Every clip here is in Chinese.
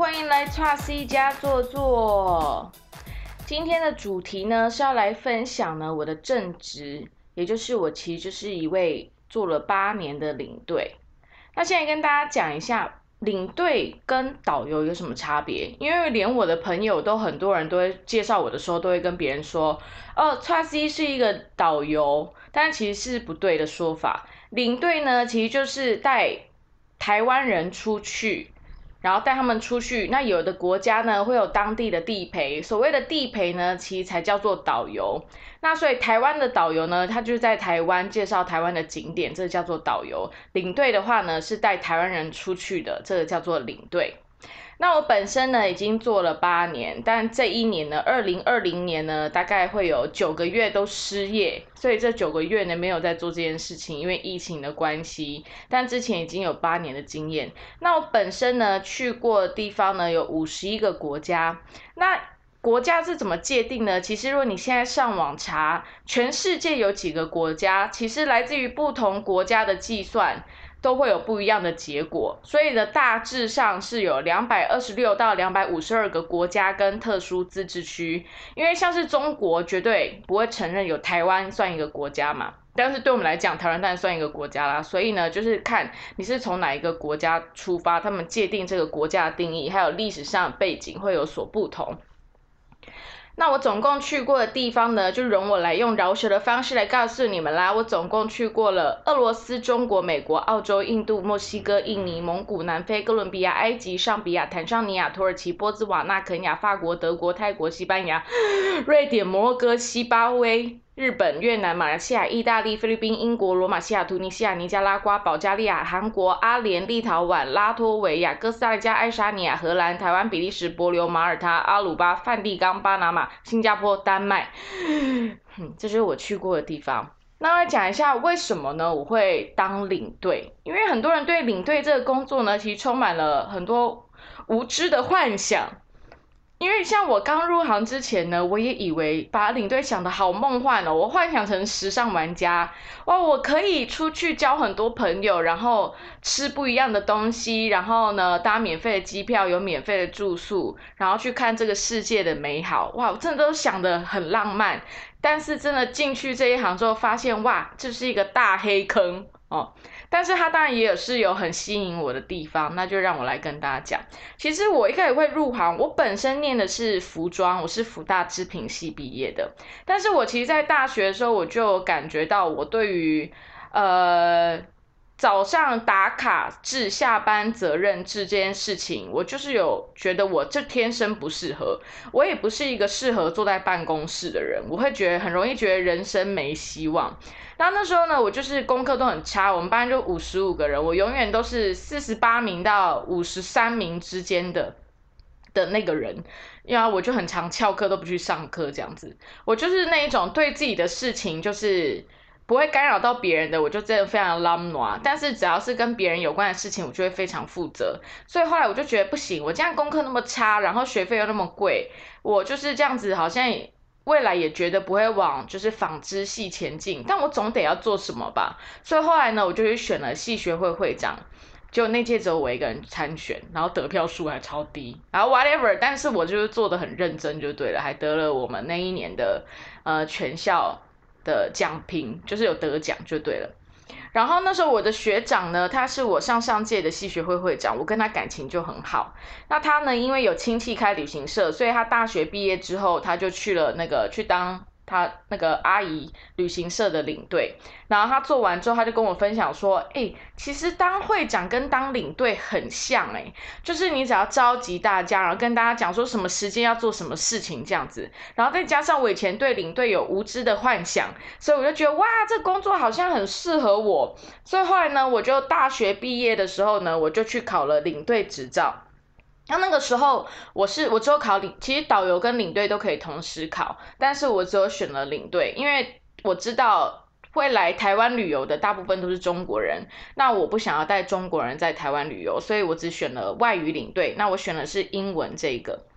欢迎来 XC 家坐坐。今天的主题呢是要来分享呢我的正职，也就是我其实就是一位做了8年的领队。那现在跟大家讲一下领队跟导游有什么差别，因为连我的朋友都很多人都会介绍我的时候都会跟别人说XC 是一个导游，但其实是不对的说法。领队呢其实就是带台湾人出去，然后带他们出去，那有的国家呢会有当地的地陪，所谓的地陪呢其实才叫做导游。那所以台湾的导游呢，他就是在台湾介绍台湾的景点，这个叫做导游。领队的话呢是带台湾人出去的，这个叫做领队。那我本身呢已经做了8年，但这一年呢2020年呢大概会有9个月都失业，所以这9个月呢没有在做这件事情，因为疫情的关系。但之前已经有8年的经验。那我本身呢去过的地方呢有51个国家。那国家是怎么界定呢？其实如果你现在上网查全世界有几个国家，其实来自于不同国家的计算都会有不一样的结果，所以呢大致上是有226到252个国家跟特殊自治区。因为像是中国绝对不会承认有台湾算一个国家嘛，但是对我们来讲台湾当然算一个国家啦，所以呢就是看你是从哪一个国家出发，他们界定这个国家的定义还有历史上的背景会有所不同。那我总共去过的地方呢，就容我来用饶舌的方式来告诉你们啦。我总共去过了俄罗斯、中国、美国、澳洲、印度、墨西哥、印尼、蒙古、南非、哥伦比亚、埃及、上比亚、坦桑尼亚、土耳其、波兹瓦纳、肯亚、法国、德国、泰国、西班牙、瑞典、摩洛哥、西巴威、日本、越南、马来西亚、意大利、菲律宾、英国、罗马西亚、突尼西亚、尼加拉瓜、保加利亚、韩国、阿联、立陶宛、拉脱维亚、哥斯达黎加、爱沙尼亚、荷兰、台湾、比利时、帛琉、马耳他、阿鲁巴、梵蒂冈、巴拿马、新加坡、丹麦。这就是我去过的地方。那来讲一下为什么呢我会当领队。因为很多人对领队这个工作呢其实充满了很多无知的幻想。因为像我刚入行之前呢，我也以为把领队想得好梦幻哦，我幻想成时尚玩家，哇，我可以出去交很多朋友，然后吃不一样的东西，然后呢搭免费的机票，有免费的住宿，然后去看这个世界的美好，哇，我真的都想得很浪漫。但是真的进去这一行之后发现，哇，这是一个大黑坑哦。但是它当然也是有很吸引我的地方，那就让我来跟大家讲。其实我一开始会入行，我本身念的是服装，我是福大织品系毕业的。但是我其实在大学的时候，我就感觉到我对于早上打卡制、下班责任制这件事情，我就是有觉得我这天生不适合。我也不是一个适合坐在办公室的人，我会觉得很容易觉得人生没希望。然后那时候呢，我就是功课都很差，我们班就55个人，我永远都是48名到53名之间的那个人，因为我就很常翘课都不去上课这样子。我就是那一种对自己的事情就是不会干扰到别人的，我就真的非常懒惰。但是只要是跟别人有关的事情，我就会非常负责。所以后来我就觉得不行，我这样功课那么差，然后学费又那么贵，我就是这样子好像未来也觉得不会往就是纺织系前进，但我总得要做什么吧。所以后来呢，我就去选了系学会会长。就那届只有我一个人参选，然后得票数还超低，然后 whatever， 但是我就是做得很认真就对了，还得了我们那一年的全校的奖评，就是有得奖就对了。然后那时候我的学长呢，他是我上届的系学会会长，我跟他感情就很好。那他呢，因为有亲戚开旅行社，所以他大学毕业之后，他就去了去当他那个阿姨旅行社的领队。然后他做完之后，他就跟我分享说，其实当会长跟当领队很像就是你只要召集大家，然后跟大家讲说什么时间要做什么事情这样子。然后再加上我以前对领队有无知的幻想，所以我就觉得哇，这工作好像很适合我。所以后来呢，我就大学毕业的时候呢，我就去考了领队执照。那个时候我只有考其实导游跟领队都可以同时考，但是我只有选了领队，因为我知道会来台湾旅游的大部分都是中国人，那我不想要带中国人在台湾旅游，所以我只选了外语领队。那我选的是英文这个。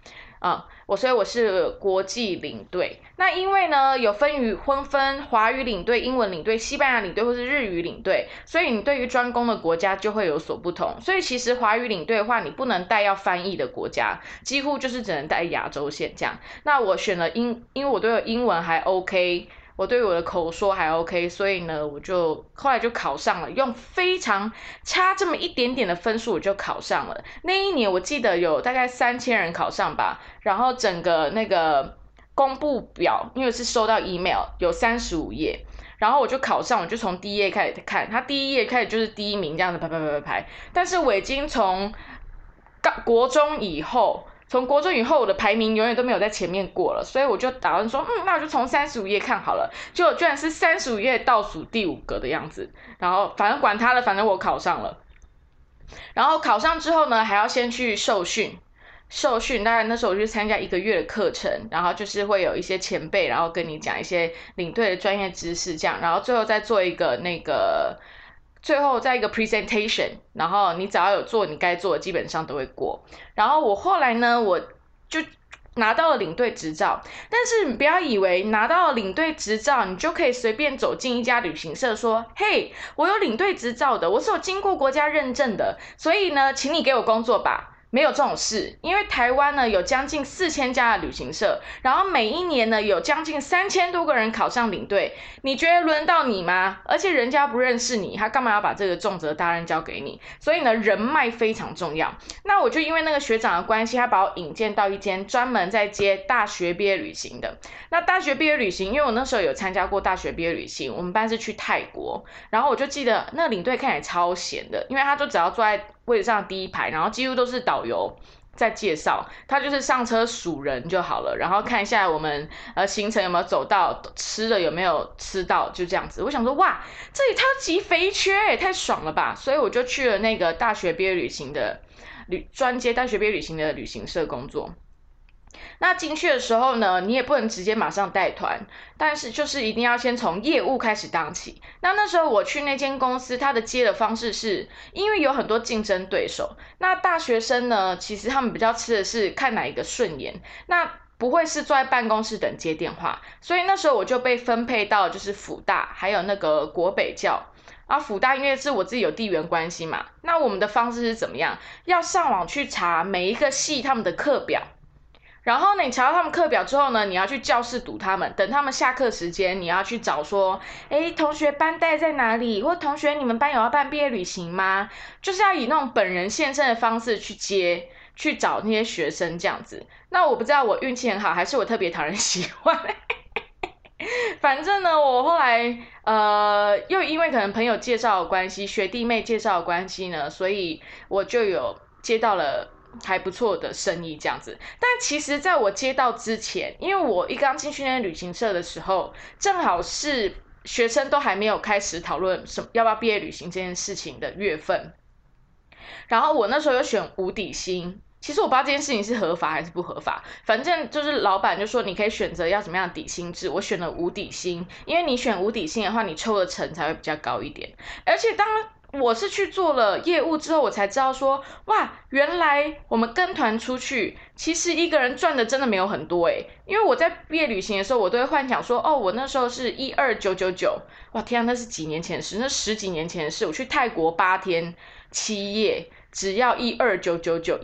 所以我是国际领队。那因为呢有分华语领队、英文领队、西班牙领队或是日语领队，所以你对于专攻的国家就会有所不同。所以其实华语领队的话，你不能带要翻译的国家，几乎就是只能带亚洲线这样。那我选了因为我对我英文还 OK。我对我的口说还 OK， 所以呢，我就后来就考上了，用非常差这么一点点的分数我就考上了。那一年我记得有大概3000人考上吧，然后整个那个公布表，因为是收到 email 有35页，然后我就考上，我就从第一页开始看，他第一页开始就是第一名这样子排，但是我已经从国中以后。从国中以后，我的排名永远都没有在前面过了，所以我就打算说，那我就从35页看好了。结果居然是35页倒数第5个的样子，然后反正管他了，反正我考上了。然后考上之后呢，还要先去受训，大概那时候我去参加1个月的课程，然后就是会有一些前辈，然后跟你讲一些领队的专业知识这样，然后最后再做一个最后再一个 presentation， 然后你只要有做你该做的，基本上都会过。然后我后来呢，我就拿到了领队执照，但是你不要以为拿到了领队执照，你就可以随便走进一家旅行社说，嘿，我有领队执照的，我是有经过国家认证的，所以呢，请你给我工作吧。没有这种事，因为台湾呢有将近4000家的旅行社，然后每一年呢有将近3000多个人考上领队，你觉得轮到你吗？而且人家不认识你，他干嘛要把这个重责大任交给你？所以呢，人脉非常重要。那我就因为那个学长的关系，他把我引荐到一间专门在接大学毕业旅行的。那大学毕业旅行，因为我那时候有参加过大学毕业旅行，我们班是去泰国，然后我就记得那个领队看起来超闲的，因为他就只要坐在位置上第一排，然后几乎都是导游在介绍，他就是上车数人就好了，然后看一下我们行程有没有走到，吃的有没有吃到，就这样子。我想说，哇，这里超级肥缺，太爽了吧！所以我就去了那个大学毕业旅行的专接大学毕业旅行的旅行社工作。那进去的时候呢，你也不能直接马上带团，但是就是一定要先从业务开始当起。那时候我去那间公司，它的接的方式是，因为有很多竞争对手，那大学生呢，其实他们比较吃的是看哪一个顺眼，那不会是坐在办公室等接电话，所以那时候我就被分配到就是辅大，还有那个国北教。辅大因为是我自己有地缘关系嘛，那我们的方式是怎么样？要上网去查每一个系他们的课表。然后呢，你查到他们课表之后呢，你要去教室堵他们，等他们下课时间，你要去找说，同学班带在哪里？或同学你们班有要办毕业旅行吗？就是要以那种本人现身的方式去找那些学生这样子。那我不知道我运气很好，还是我特别讨人喜欢。反正呢，我后来又因为可能朋友介绍的关系，学弟妹介绍的关系呢，所以我就有接到了还不错的生意这样子。但其实在我接到之前，因为我一刚进去那旅行社的时候，正好是学生都还没有开始讨论要不要毕业旅行这件事情的月份，然后我那时候有选无底薪。其实我不知道这件事情是合法还是不合法，反正就是老板就说你可以选择要怎么样的底薪制，我选了无底薪，因为你选无底薪的话，你抽的成才会比较高一点。而且当我是去做了业务之后，我才知道说，哇，原来我们跟团出去，其实一个人赚的真的没有很多因为我在毕业旅行的时候，我都会幻想说，我那时候是12999，哇天啊，那是几年前的事，那10几年前的事，我去泰国8天7夜。只要12999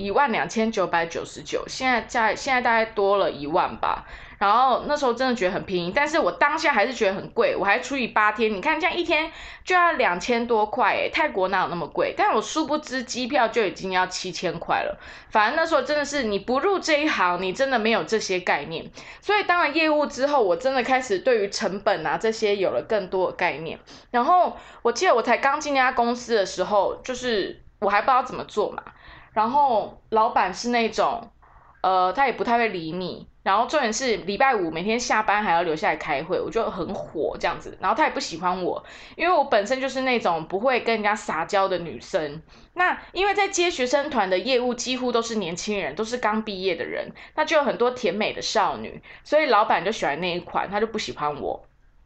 12999，现在大概多了1万吧。然后那时候真的觉得很便宜，但是我当下还是觉得很贵，我还除以8天，你看这样一天就要2000多块泰国哪有那么贵？但我殊不知机票就已经要7000块了。反正那时候真的是你不入这一行，你真的没有这些概念。所以当了业务之后，我真的开始对于成本这些有了更多的概念。然后我记得我才刚进那家公司的时候，就是我还不知道怎么做嘛，然后老板是那种，他也不太会理你，然后重点是礼拜5每天下班还要留下来开会，我就很火这样子，然后他也不喜欢我，因为我本身就是那种不会跟人家撒娇的女生，那因为在接学生团的业务几乎都是年轻人，都是刚毕业的人，那就有很多甜美的少女，所以老板就喜欢那一款，他就不喜欢我。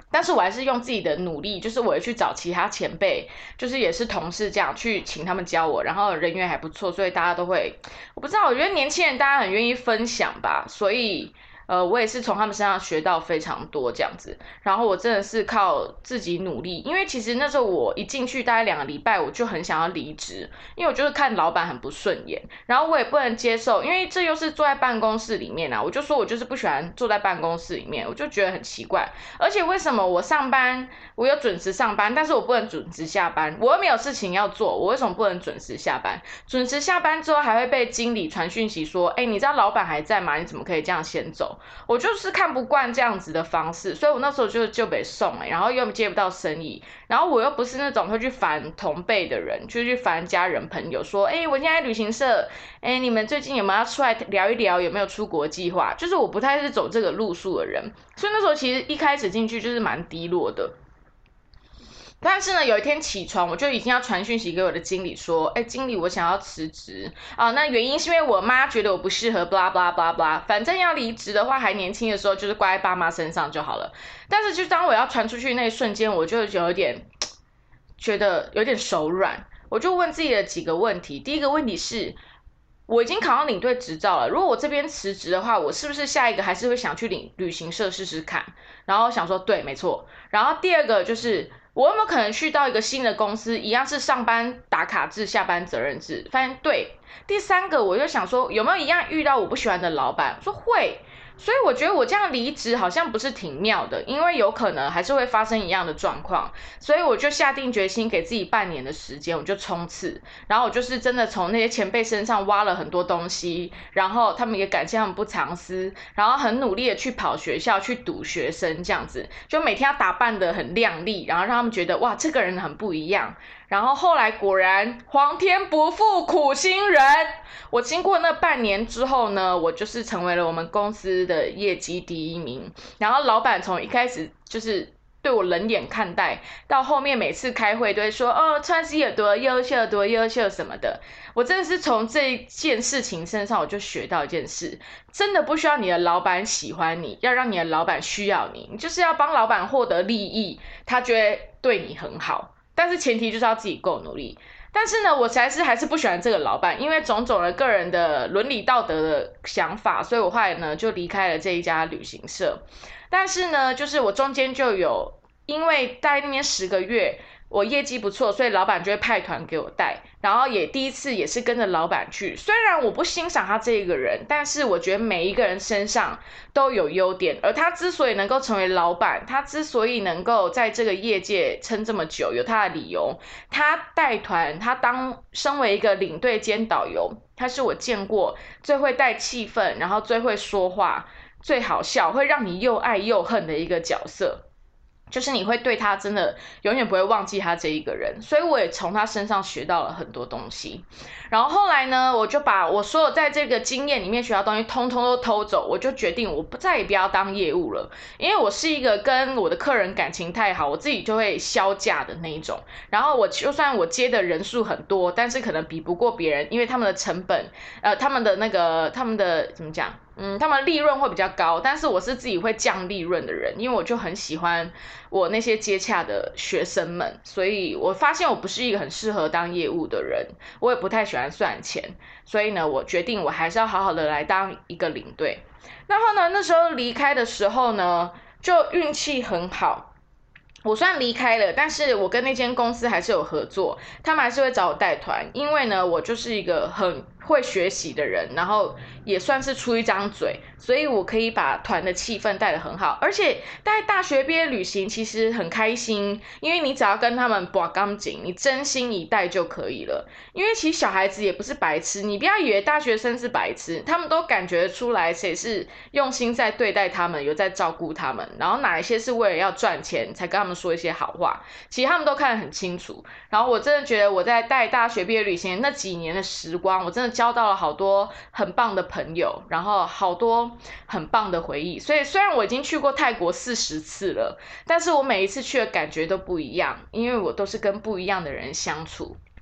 但是我还是用自己的努力，就是我也去找其他前辈，就是也是同事这样去请他们教我，然后人缘还不错，所以大家都会，我不知道，我觉得年轻人大家很愿意分享吧，所以我也是从他们身上学到非常多这样子，然后我真的是靠自己努力，因为其实那时候我一进去大概2个礼拜，我就很想要离职，因为我就是看老板很不顺眼，然后我也不能接受，因为这又是坐在办公室里面啊，我就说我就是不喜欢坐在办公室里面，我就觉得很奇怪，而且为什么我上班我有准时上班，但是我不能准时下班，我又没有事情要做，我为什么不能准时下班？准时下班之后还会被经理传讯息说，你知道老板还在吗？你怎么可以这样先走？我就是看不惯这样子的方式，所以我那时候就被送然后又接不到生意，然后我又不是那种会去烦同辈的人，就去烦家人朋友说，我现在旅行社，你们最近有没有要出来聊一聊，有没有出国计划？就是我不太是走这个路数的人，所以那时候其实一开始进去就是蛮低落的。但是呢，有一天起床，我就已经要传讯息给我的经理说，经理，我想要辞职啊。那原因是因为我妈觉得我不适合，blah blah blah blah。反正要离职的话，还年轻的时候，就是挂在爸妈身上就好了。但是就当我要传出去那一瞬间，我就有点觉得有点手软。我就问自己的几个问题。第一个问题是，我已经考上领队执照了，如果我这边辞职的话，我是不是下一个还是会想去旅行社试试看？然后想说，对，没错。然后第二个就是，我有没有可能去到一个新的公司，一样是上班打卡制、下班责任制？发现对。第三个，我就想说，有没有一样遇到我不喜欢的老板？说会。所以我觉得我这样离职好像不是挺妙的，因为有可能还是会发生一样的状况，所以我就下定决心给自己半年的时间，我就冲刺，然后我就是真的从那些前辈身上挖了很多东西，然后他们也感谢他们不藏私，然后很努力的去跑学校去堵学生这样子，就每天要打扮得很靓丽，然后让他们觉得哇这个人很不一样。然后后来果然皇天不负苦心人，我经过那半年之后呢，我就是成为了我们公司的业绩第1名，然后老板从一开始就是对我冷眼看待，到后面每次开会都会说川西有多优秀多优秀什么的，我真的是从这件事情身上我就学到一件事，真的不需要你的老板喜欢你，要让你的老板需要你，你就是要帮老板获得利益，他觉得对你很好，但是前提就是要自己够努力。但是呢，我还是不喜欢这个老板，因为种种的个人的伦理道德的想法，所以我后来呢就离开了这一家旅行社。但是呢，就是我中间就有因为待那边10个月，我业绩不错，所以老板就会派团给我带，然后也第一次也是跟着老板去。虽然我不欣赏他这一个人，但是我觉得每一个人身上都有优点，而他之所以能够成为老板，他之所以能够在这个业界撑这么久，有他的理由。他带团，他身为一个领队兼导游，他是我见过最会带气氛，然后最会说话，最好笑，会让你又爱又恨的一个角色。就是你会对他真的永远不会忘记他这一个人，所以我也从他身上学到了很多东西。然后后来呢，我就把我所有在这个经验里面学到的东西通通都偷走，我就决定我再也不要当业务了，因为我是一个跟我的客人感情太好，我自己就会销价的那一种。然后就算我接的人数很多，但是可能比不过别人，因为他们的成本，他们的怎么讲？他们利润会比较高，但是我是自己会降利润的人，因为我就很喜欢我那些接洽的学生们，所以我发现我不是一个很适合当业务的人，我也不太喜欢算钱，所以呢，我决定我还是要好好的来当一个领队。然后呢，那时候离开的时候呢，就运气很好。我虽然离开了，但是我跟那间公司还是有合作，他们还是会找我带团，因为呢，我就是一个很会学习的人，然后也算是出一张嘴，所以我可以把团的气氛带得很好，而且带大学毕业旅行其实很开心，因为你只要跟他们拔钢筋，你真心以待就可以了。因为其实小孩子也不是白痴，你不要以为大学生是白痴，他们都感觉出来谁是用心在对待他们，有在照顾他们，然后哪一些是为了要赚钱才跟他们说一些好话，其实他们都看得很清楚。然后我真的觉得我在带大学毕业旅行那几年的时光，我真的交到了好多很棒的朋友，然后好多很棒的回忆。所以虽然我已经去过泰国40次了，但是我每一次去的感觉都不一样，因为我都是跟不一样的人相处。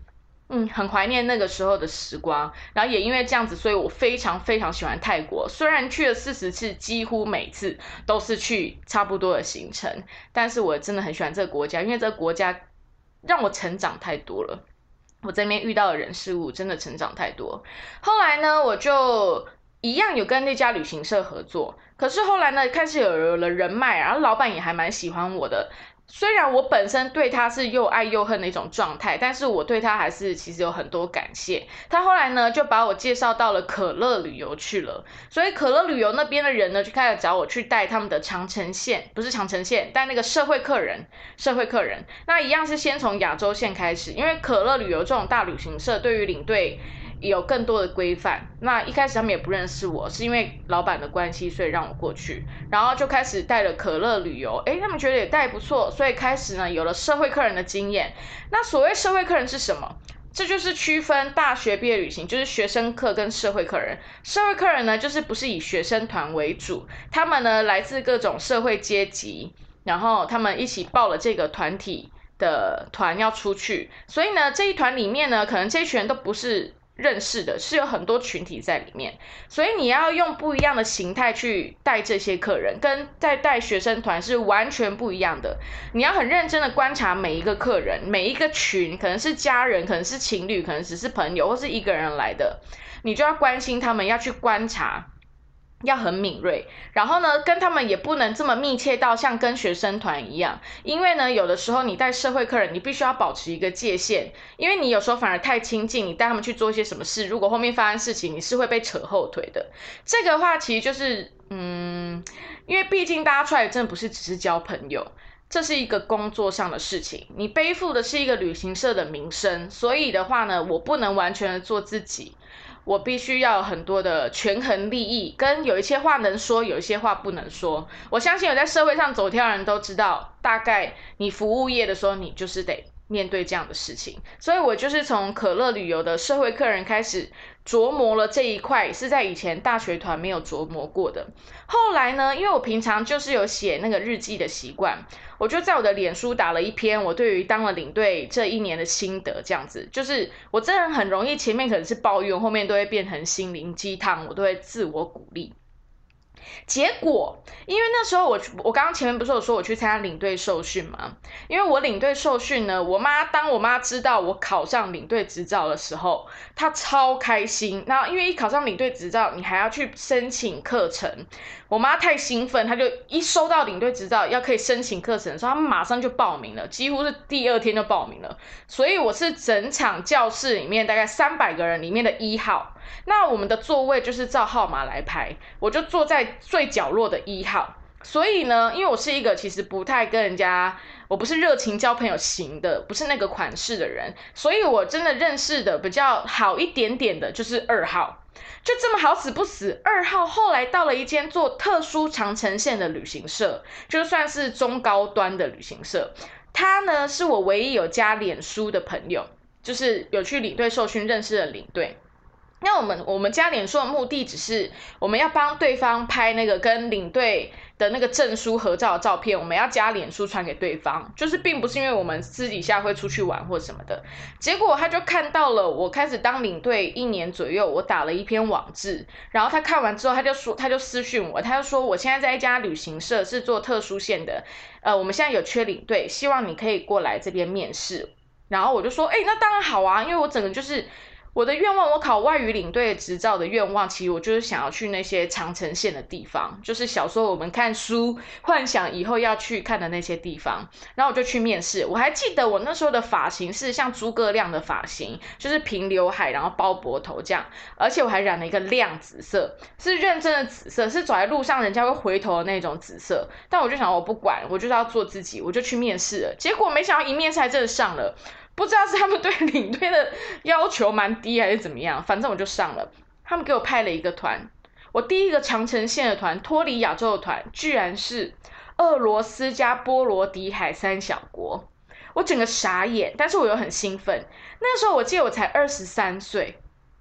很怀念那个时候的时光，然后也因为这样子，所以我非常非常喜欢泰国。虽然去了40次，几乎每次都是去差不多的行程，但是我真的很喜欢这个国家，因为这个国家让我成长太多了。我这边遇到的人事物真的成长太多。后来呢，我就一样有跟那家旅行社合作，可是后来呢，开始有了人脉，然后老板也还蛮喜欢我的。虽然我本身对他是又爱又恨的一种状态，但是我对他还是其实有很多感谢。他后来呢就把我介绍到了可乐旅游去了，所以可乐旅游那边的人呢就开始找我去带他们的长城线，不是长城线，带那个社会客人。那一样是先从亚洲线开始，因为可乐旅游这种大旅行社对于领队有更多的规范。那一开始他们也不认识我，是因为老板的关系，所以让我过去，然后就开始带了可乐旅游。他们觉得也带不错，所以开始呢有了社会客人的经验。那所谓社会客人是什么？这就是区分大学毕业旅行，就是学生客跟社会客人。社会客人呢，就是不是以学生团为主，他们呢来自各种社会阶级，然后他们一起报了这个团体的团要出去，所以呢这一团里面呢，可能这一群人都不是认识的，是有很多群体在里面，所以你要用不一样的形态去带这些客人，跟在带学生团是完全不一样的。你要很认真的观察每一个客人，每一个群，可能是家人，可能是情侣，可能只是朋友，或是一个人来的，你就要关心他们，要去观察，要很敏锐，然后呢，跟他们也不能这么密切到像跟学生团一样，因为呢，有的时候你带社会客人，你必須要保持一个界限，因为你有时候反而太亲近，你带他们去做一些什么事，如果后面发生事情，你是会被扯后腿的。这个话其实就是，因为毕竟大家出来真的不是只是交朋友。这是一个工作上的事情，你背负的是一个旅行社的名声，所以的话呢，我不能完全的做自己，我必须要有很多的权衡利益，跟有一些话能说，有一些话不能说。我相信有在社会上走跳的人都知道，大概你服务业的时候，你就是得面对这样的事情。所以我就是从可乐旅游的社会客人开始琢磨了这一块，是在以前大学团没有琢磨过的。后来呢，因为我平常就是有写那个日记的习惯，我就在我的脸书打了一篇我对于当了领队这1年的心得，这样子，就是我真的很容易前面可能是抱怨，后面都会变成心灵鸡汤，我都会自我鼓励。结果，因为那时候我刚刚前面不是有说我去参加领队受训吗？因为我领队受训呢，当我妈知道我考上领队执照的时候，她超开心。然后因为一考上领队执照，你还要去申请课程，我妈太兴奋，她就一收到领队执照要可以申请课程的时候，她马上就报名了，几乎是第2天就报名了。所以我是整场教室里面大概300个人里面的1号。那我们的座位就是照号码来排，我就坐在最角落的1号。所以呢，因为我是一个其实不太跟人家，我不是热情交朋友型的，不是那个款式的人，所以我真的认识的比较好一点点的就是2号。就这么好死不死，2号后来到了一间做特殊长程线的旅行社，就算是中高端的旅行社。他呢是我唯一有加脸书的朋友，就是有去领队受训认识的领队。那我们加脸书的目的只是我们要帮对方拍那个跟领队的那个证书合照的照片，我们要加脸书传给对方，就是并不是因为我们私底下会出去玩或什么的。结果他就看到了我开始当领队1年左右，我打了一篇网志，然后他看完之后他就私讯我，他就说我现在在一家旅行社是做特殊线的，我们现在有缺领队，希望你可以过来这边面试。然后我就说那当然好啊，因为我整个就是我的愿望，我考外语领队执照的愿望，其实我就是想要去那些长程线的地方，就是小时候我们看书幻想以后要去看的那些地方。然后我就去面试，我还记得我那时候的发型是像诸葛亮的发型，就是平刘海，然后包脖头这样，而且我还染了一个亮紫色，是认真的紫色，是走在路上人家会回头的那种紫色。但我就想我不管，我就是要做自己，我就去面试了。结果没想到一面试还真的上了。不知道是他们对领队的要求蛮低还是怎么样，反正我就上了。他们给我派了一个团，我第一个长程线的团，脱离亚洲的团，居然是俄罗斯加波罗的海3小国。我整个傻眼，但是我又很兴奋。那时候我记得我才23岁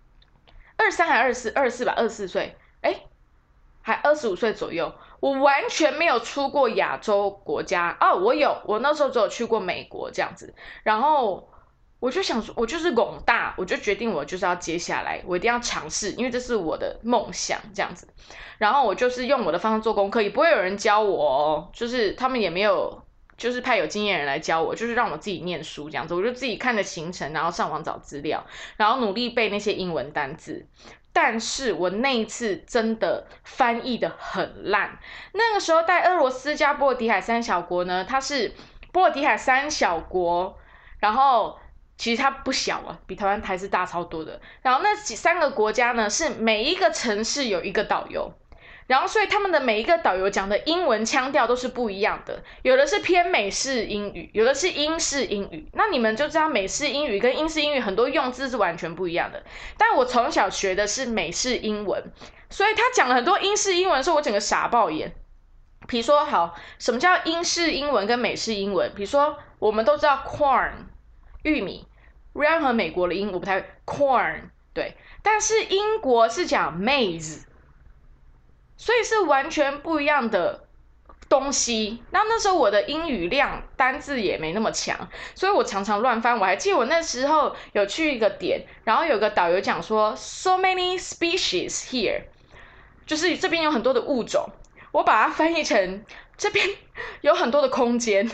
，23还24吧，24岁，还25岁左右。我完全没有出过亚洲国家我那时候只有去过美国这样子。然后我就想说，我就是拱大，我就决定我就是要接下来，我一定要尝试，因为这是我的梦想这样子。然后我就是用我的方式做功课，也不会有人教我哦，就是他们也没有，就是派有经验人来教我，就是让我自己念书这样子。我就自己看着行程，然后上网找资料，然后努力背那些英文单字。但是我那一次真的翻译的很烂。那个时候带俄罗斯加波罗的海三小国呢，它是波罗的海三小国，然后其实它不小啊，比台湾还是大超多的。然后那3个国家呢，是每一个城市有一个导游。然后，所以他们的每一个导游讲的英文腔调都是不一样的，有的是偏美式英语，有的是英式英语。那你们就知道美式英语跟英式英语很多用字是完全不一样的。但我从小学的是美式英文，所以他讲了很多英式英文的时候，我整个傻爆眼。比如说，好，什么叫英式英文跟美式英文？比如说，我们都知道 corn 玉米，任何美国的音我不太 corn 对，但是英国是讲 maize。所以是完全不一样的东西。那时候我的英语量单字也没那么强，所以我常常乱翻。我还记得我那时候有去一个点，然后有个导游讲说 so many species here， 就是这边有很多的物种，我把它翻译成这边有很多的空间。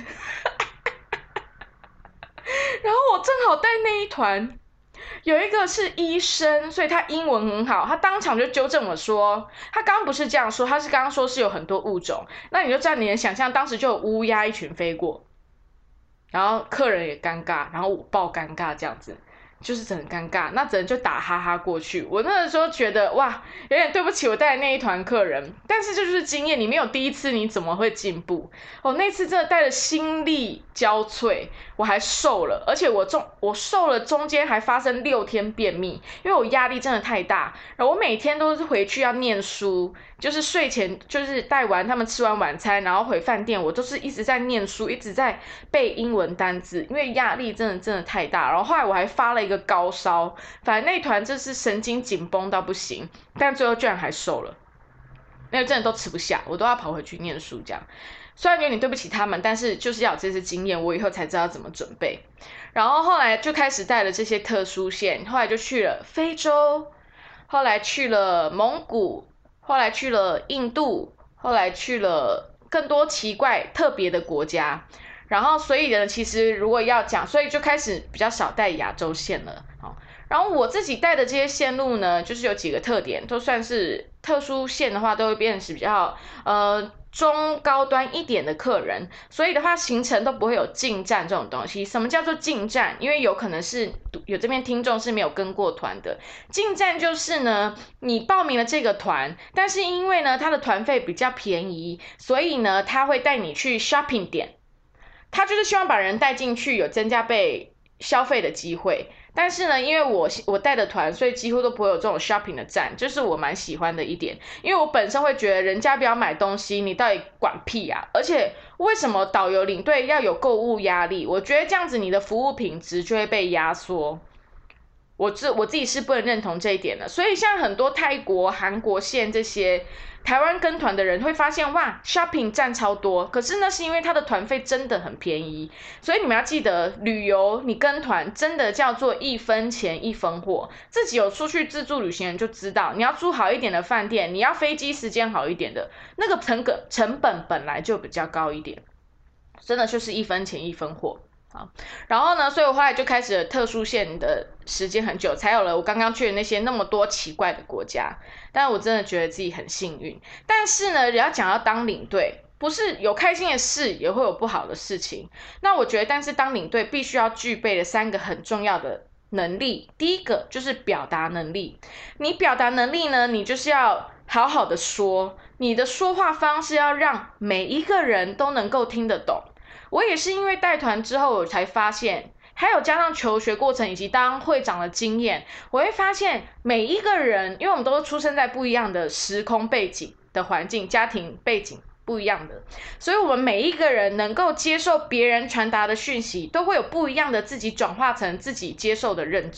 然后我正好带那一团有一个是医生，所以他英文很好，他当场就纠正我说，他刚刚不是这样说，他是刚刚说是有很多物种，那你就知道你能想象当时就有乌鸦一群飞过，然后客人也尴尬，然后我爆尴尬这样子，就是很尴尬，那只能就打哈哈过去。我那个时候觉得哇，有点对不起我带的那一团客人，但是这就是经验，你没有第一次你怎么会进步？那次真的带的心力交瘁，我还瘦了，而且我瘦了，中间还发生6天便秘，因为我压力真的太大。然后我每天都是回去要念书，就是睡前就是带完他们吃完晚餐，然后回饭店，我都是一直在念书，一直在背英文单字，因为压力真的太大。然后后来我还发了一个高烧，反正那团就是神经紧绷到不行，但最后居然还瘦了，那个真的都吃不下，我都要跑回去念书这样。虽然有点对不起他们，但是就是要有这次经验，我以后才知道怎么准备。然后后来就开始带了这些特殊线，后来就去了非洲，后来去了蒙古，后来去了印度，后来去了更多奇怪特别的国家。然后所以呢，其实如果要讲，所以就开始比较少带亚洲线了。然后我自己带的这些线路呢，就是有几个特点，都算是特殊线的话，都会变成是比较中高端一点的客人，所以的话行程都不会有进站这种东西。什么叫做进站？因为有可能是有这边听众是没有跟过团的。进站就是呢，你报名了这个团，但是因为呢它的团费比较便宜，所以呢他会带你去 shopping 点，他就是希望把人带进去，有增加被消费的机会。但是呢，因为我带的团，所以几乎都不会有这种 shopping 的站，就是我蛮喜欢的一点。因为我本身会觉得人家不要买东西，你到底管屁啊？而且为什么导游领队要有购物压力？我觉得这样子你的服务品质就会被压缩。我自己是不能认同这一点的，所以像很多泰国、韩国线这些台湾跟团的人会发现，哇 ，shopping 占超多，可是那是因为他的团费真的很便宜，所以你们要记得，旅游你跟团真的叫做1分钱1分货。自己有出去自助旅行人就知道，你要住好一点的饭店，你要飞机时间好一点的，那个成本本来就比较高一点，真的就是1分钱1分货。好，然后呢，所以我后来就开始了特殊线的时间很久，才有了我刚刚去的那些那么多奇怪的国家。但我真的觉得自己很幸运。但是呢，人家讲要当领队，不是有开心的事，也会有不好的事情。那我觉得，但是当领队必须要具备的3个很重要的能力。第一个就是表达能力。你表达能力呢，你就是要好好的说，你的说话方式要让每一个人都能够听得懂。我也是因为带团之后，我才发现，还有加上求学过程以及当会长的经验，我会发现每一个人，因为我们都是出生在不一样的时空背景的环境，家庭背景不一样的，所以我们每一个人能够接受别人传达的讯息，都会有不一样的自己转化成自己接受的认知。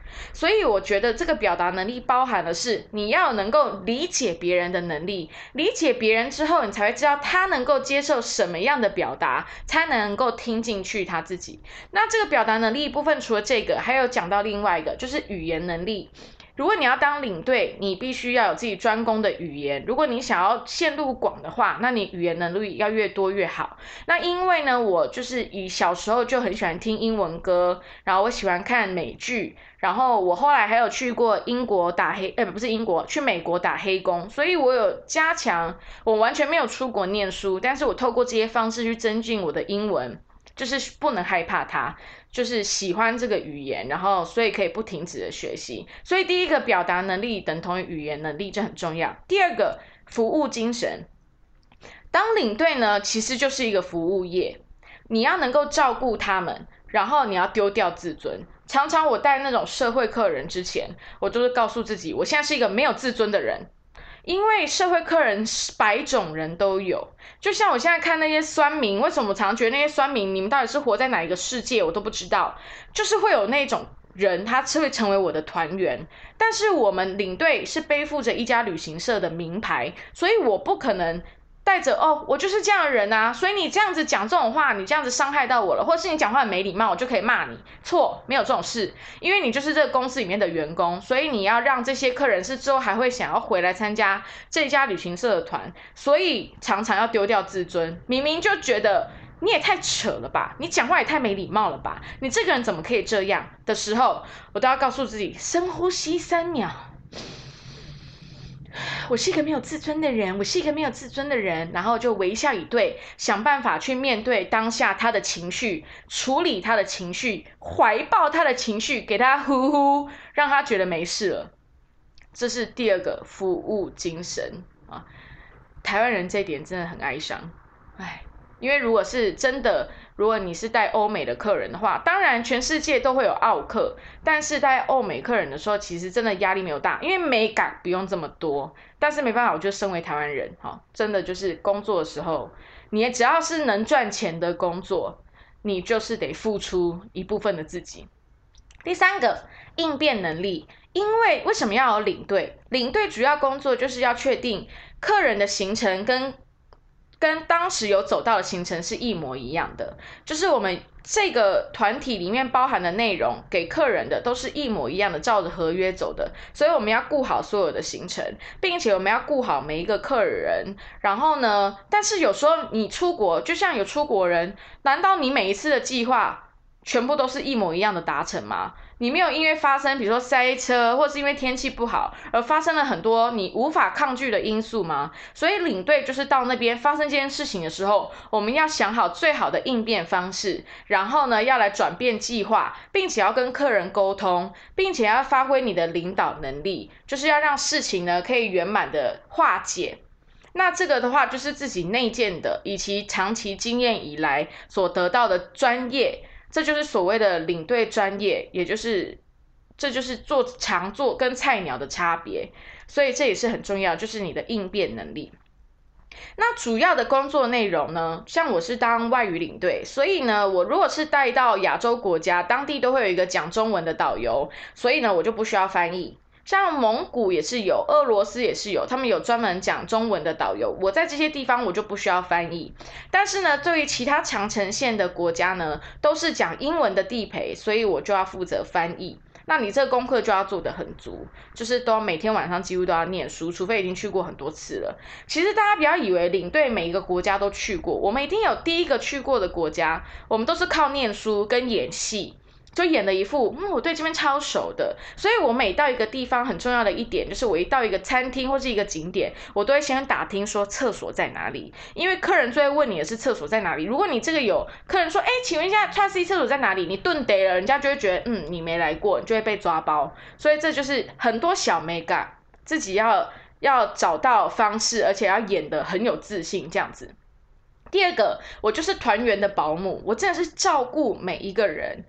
所以我觉得这个表达能力包含的是你要能够理解别人的能力，理解别人之后，你才会知道他能够接受什么样的表达，才能够听进去他自己。那这个表达能力部分，除了这个，还有讲到另外一个，就是语言能力。如果你要当领队，你必须要有自己专攻的语言。如果你想要线路广的话，那你语言能力要越多越好。那因为呢，我就是小时候就很喜欢听英文歌，然后我喜欢看美剧，然后我后来还有去过英国打不是英国，去美国打黑工，所以我有加强，我完全没有出国念书，但是我透过这些方式去增进我的英文，就是不能害怕它。就是喜欢这个语言，然后所以可以不停止的学习。所以第一个表达能力等同于语言能力，这很重要。第二个服务精神，当领队呢其实就是一个服务业，你要能够照顾他们，然后你要丢掉自尊。常常我带那种社会客人之前，我都是告诉自己，我现在是一个没有自尊的人。因为社会客人百种人都有，就像我现在看那些酸民，为什么我常觉得那些酸民，你们到底是活在哪一个世界，我都不知道。就是会有那种人，他是会成为我的团员，但是我们领队是背负着一家旅行社的名牌，所以我不可能带着我就是这样的人啊，所以你这样子讲这种话，你这样子伤害到我了，或是你讲话很没礼貌，我就可以骂你。错，没有这种事，因为你就是这个公司里面的员工，所以你要让这些客人是之后还会想要回来参加这家旅行社的团，所以常常要丢掉自尊。明明就觉得你也太扯了吧，你讲话也太没礼貌了吧，你这个人怎么可以这样的时候，我都要告诉自己深呼吸3秒。我是一个没有自尊的人，我是一个没有自尊的人，然后就微笑以对，想办法去面对当下他的情绪，处理他的情绪，怀抱他的情绪，给他呼呼，让他觉得没事了。这是第二个服务精神啊。台湾人这一点真的很哀伤，因为如果是真的，如果你是带欧美的客人的话，当然全世界都会有奥客，但是带欧美客人的时候，其实真的压力没有大，因为美感不用这么多。但是没办法，我就身为台湾人，真的就是工作的时候，你也只要是能赚钱的工作，你就是得付出一部分的自己。第三个，应变能力。为什么要有领队？领队主要工作就是要确定客人的行程跟当时有走到的行程是一模一样的，就是我们这个团体里面包含的内容给客人的都是一模一样的，照着合约走的，所以我们要顾好所有的行程，并且我们要顾好每一个客人。然后呢，但是有时候你出国，就像有出国人，难道你每一次的计划全部都是一模一样的达成吗？你没有因为发生比如说塞车或是因为天气不好而发生了很多你无法抗拒的因素吗？所以领队就是到那边发生这件事情的时候，我们要想好最好的应变方式，然后呢要来转变计划，并且要跟客人沟通，并且要发挥你的领导能力，就是要让事情呢可以圆满的化解。那这个的话就是自己内建的以及长期经验以来所得到的专业，这就是所谓的领队专业，这就是常做跟菜鸟的差别，所以这也是很重要，就是你的应变能力。那主要的工作内容呢，像我是当外语领队，所以呢，我如果是带到亚洲国家，当地都会有一个讲中文的导游，所以呢，我就不需要翻译。像蒙古也是有，俄罗斯也是有，他们有专门讲中文的导游。我在这些地方我就不需要翻译，但是呢，对于其他长程线的国家呢，都是讲英文的地陪，所以我就要负责翻译。那你这个功课就要做得很足，就是都每天晚上几乎都要念书，除非已经去过很多次了。其实大家不要以为领队每一个国家都去过，我们一定有第一个去过的国家，我们都是靠念书跟演戏。就演了一副我对这边超熟的，所以我每到一个地方很重要的一点就是我一到一个餐厅或是一个景点，我都会先打听说厕所在哪里，因为客人最会问你的是厕所在哪里。如果你这个有客人说请问一下Class C 厕所在哪里，你顿得了，人家就会觉得你没来过，你就会被抓包。所以这就是很多小美感，自己要找到方式，而且要演得很有自信这样子。第二个，我就是团员的保姆，我真的是照顾每一个人。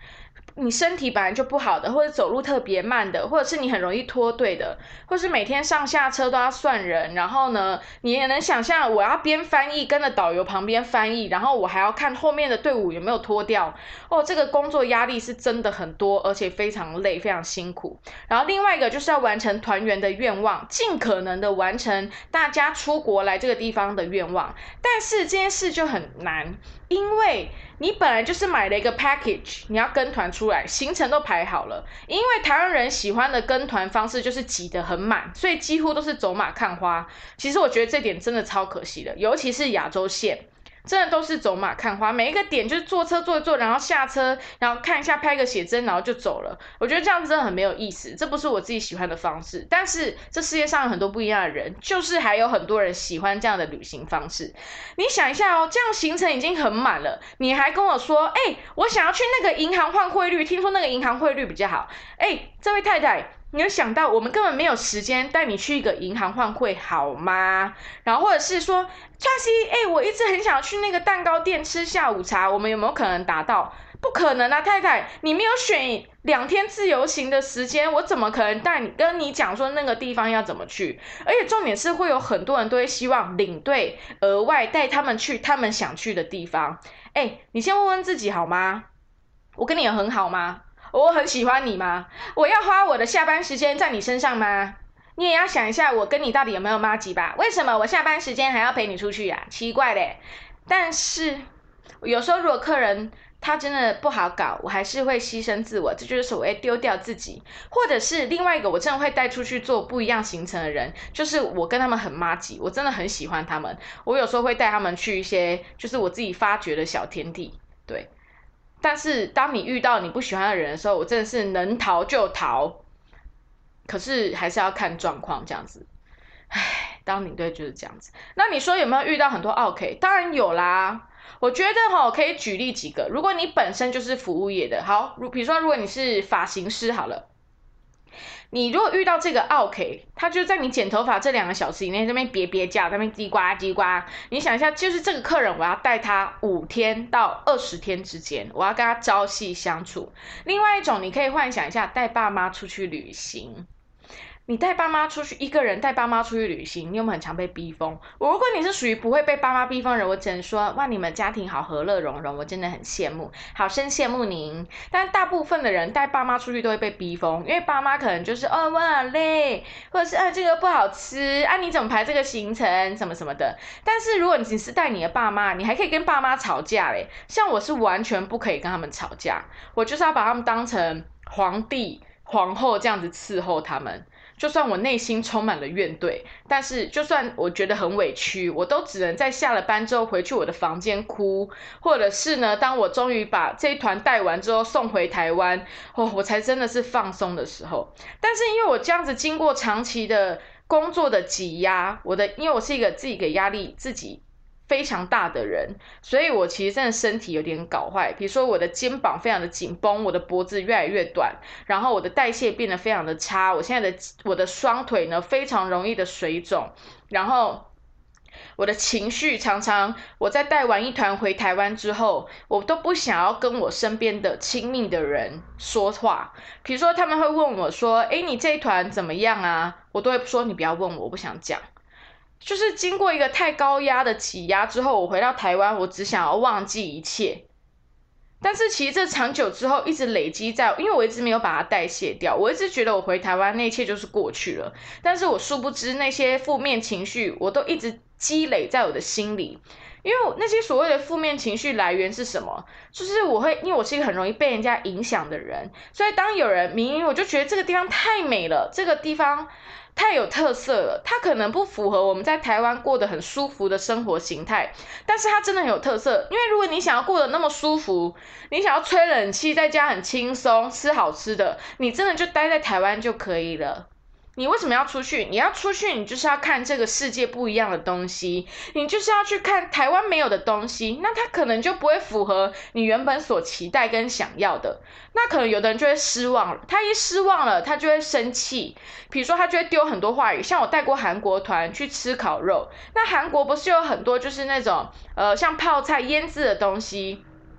你身体本来就不好的，或者走路特别慢的，或者是你很容易脱队的，或是每天上下车都要算人，然后呢，你也能想象我要边翻译，跟着导游旁边翻译，然后我还要看后面的队伍有没有脱掉。这个工作压力是真的很多，而且非常累，非常辛苦。然后另外一个就是要完成团员的愿望，尽可能的完成大家出国来这个地方的愿望。但是这件事就很难，因为你本来就是买了一个 package， 你要跟团出来，行程都排好了。因为台湾人喜欢的跟团方式就是挤得很满，所以几乎都是走马看花。其实我觉得这点真的超可惜的，尤其是亚洲线。真的都是走马看花，每一个点就是坐车坐一坐，然后下车，然后看一下拍个写真，然后就走了。我觉得这样子真的很没有意思，这不是我自己喜欢的方式。但是这世界上有很多不一样的人，就是还有很多人喜欢这样的旅行方式。你想一下这样行程已经很满了，你还跟我说，我想要去那个银行换汇率，听说那个银行汇率比较好。这位太太，你有想到我们根本没有时间带你去一个银行换汇好吗？然后或者是说Tracy，我一直很想去那个蛋糕店吃下午茶，我们有没有可能达到？不可能啊，太太，你没有选2天自由行的时间，我怎么可能跟你讲说那个地方要怎么去？而且重点是会有很多人都会希望领队额外带他们去他们想去的地方。你先问问自己好吗？我跟你有很好吗？我很喜欢你吗？我要花我的下班时间在你身上吗？你也要想一下，我跟你到底有没有麻吉吧？为什么我下班时间还要陪你出去啊？奇怪嘞！但是有时候如果客人他真的不好搞，我还是会牺牲自我，这就是所谓丢掉自己。或者是另外一个我真的会带出去做不一样行程的人，就是我跟他们很麻吉，我真的很喜欢他们，我有时候会带他们去一些就是我自己发掘的小天地，对。但是当你遇到你不喜欢的人的时候，我真的是能逃就逃，可是还是要看状况这样子。当领队就是这样子。那你说有没有遇到很多 OK？ 当然有啦。我觉得可以举例几个。如果你本身就是服务业的，好，比如说如果你是发型师好了。你如果遇到这个 OK， 他就在你剪头发这2个小时以内，这边别叫，那边叽呱叽呱。你想一下，就是这个客人，我要带他5天到20天之间，我要跟他朝夕相处。另外一种，你可以幻想一下，带爸妈出去旅行。你带爸妈出去，一个人带爸妈出去旅行，你有没有很常被逼疯？如果你是属于不会被爸妈逼疯的人，我只能说，哇，你们家庭好和乐融融，我真的很羡慕，好生羡慕您。但大部分的人带爸妈出去都会被逼疯，因为爸妈可能就是我好累，或者是这个不好吃啊，你怎么排这个行程什么什么的。但是如果你只是带你的爸妈，你还可以跟爸妈吵架嘞。像我是完全不可以跟他们吵架，我就是要把他们当成皇帝皇后这样子伺候他们。就算我内心充满了怨怼，但是就算我觉得很委屈，我都只能在下了班之后回去我的房间哭，或者是呢，当我终于把这一团带完之后送回台湾，我才真的是放松的时候。但是因为我这样子经过长期的工作的挤压，因为我是一个自己给压力自己非常大的人，所以我其实真的身体有点搞坏。比如说我的肩膀非常的紧绷，我的脖子越来越短，然后我的代谢变得非常的差。我的双腿呢非常容易的水肿，然后我的情绪常常我在带完一团回台湾之后，我都不想要跟我身边的亲密的人说话。比如说他们会问我说，你这一团怎么样啊？我都会说你不要问我，我不想讲。就是经过一个太高压的挤压之后，我回到台湾，我只想要忘记一切。但是其实这长久之后一直累积在，因为我一直没有把它代谢掉，我一直觉得我回台湾那一切就是过去了。但是我殊不知那些负面情绪，我都一直积累在我的心里。因为那些所谓的负面情绪来源是什么？就是因为我是一个很容易被人家影响的人，所以当有人明明我就觉得这个地方太美了，这个地方太有特色了，它可能不符合我们在台湾过得很舒服的生活形态，但是它真的很有特色。因为如果你想要过得那么舒服，你想要吹冷气在家很轻松吃好吃的，你真的就待在台湾就可以了。你为什么要出去？你要出去，你就是要看这个世界不一样的东西，你就是要去看台湾没有的东西，那它可能就不会符合你原本所期待跟想要的，那可能有的人就会失望了，他一失望了，他就会生气，比如说他就会丢很多话语。像我带过韩国团去吃烤肉，那韩国不是有很多就是那种像泡菜腌制的东西，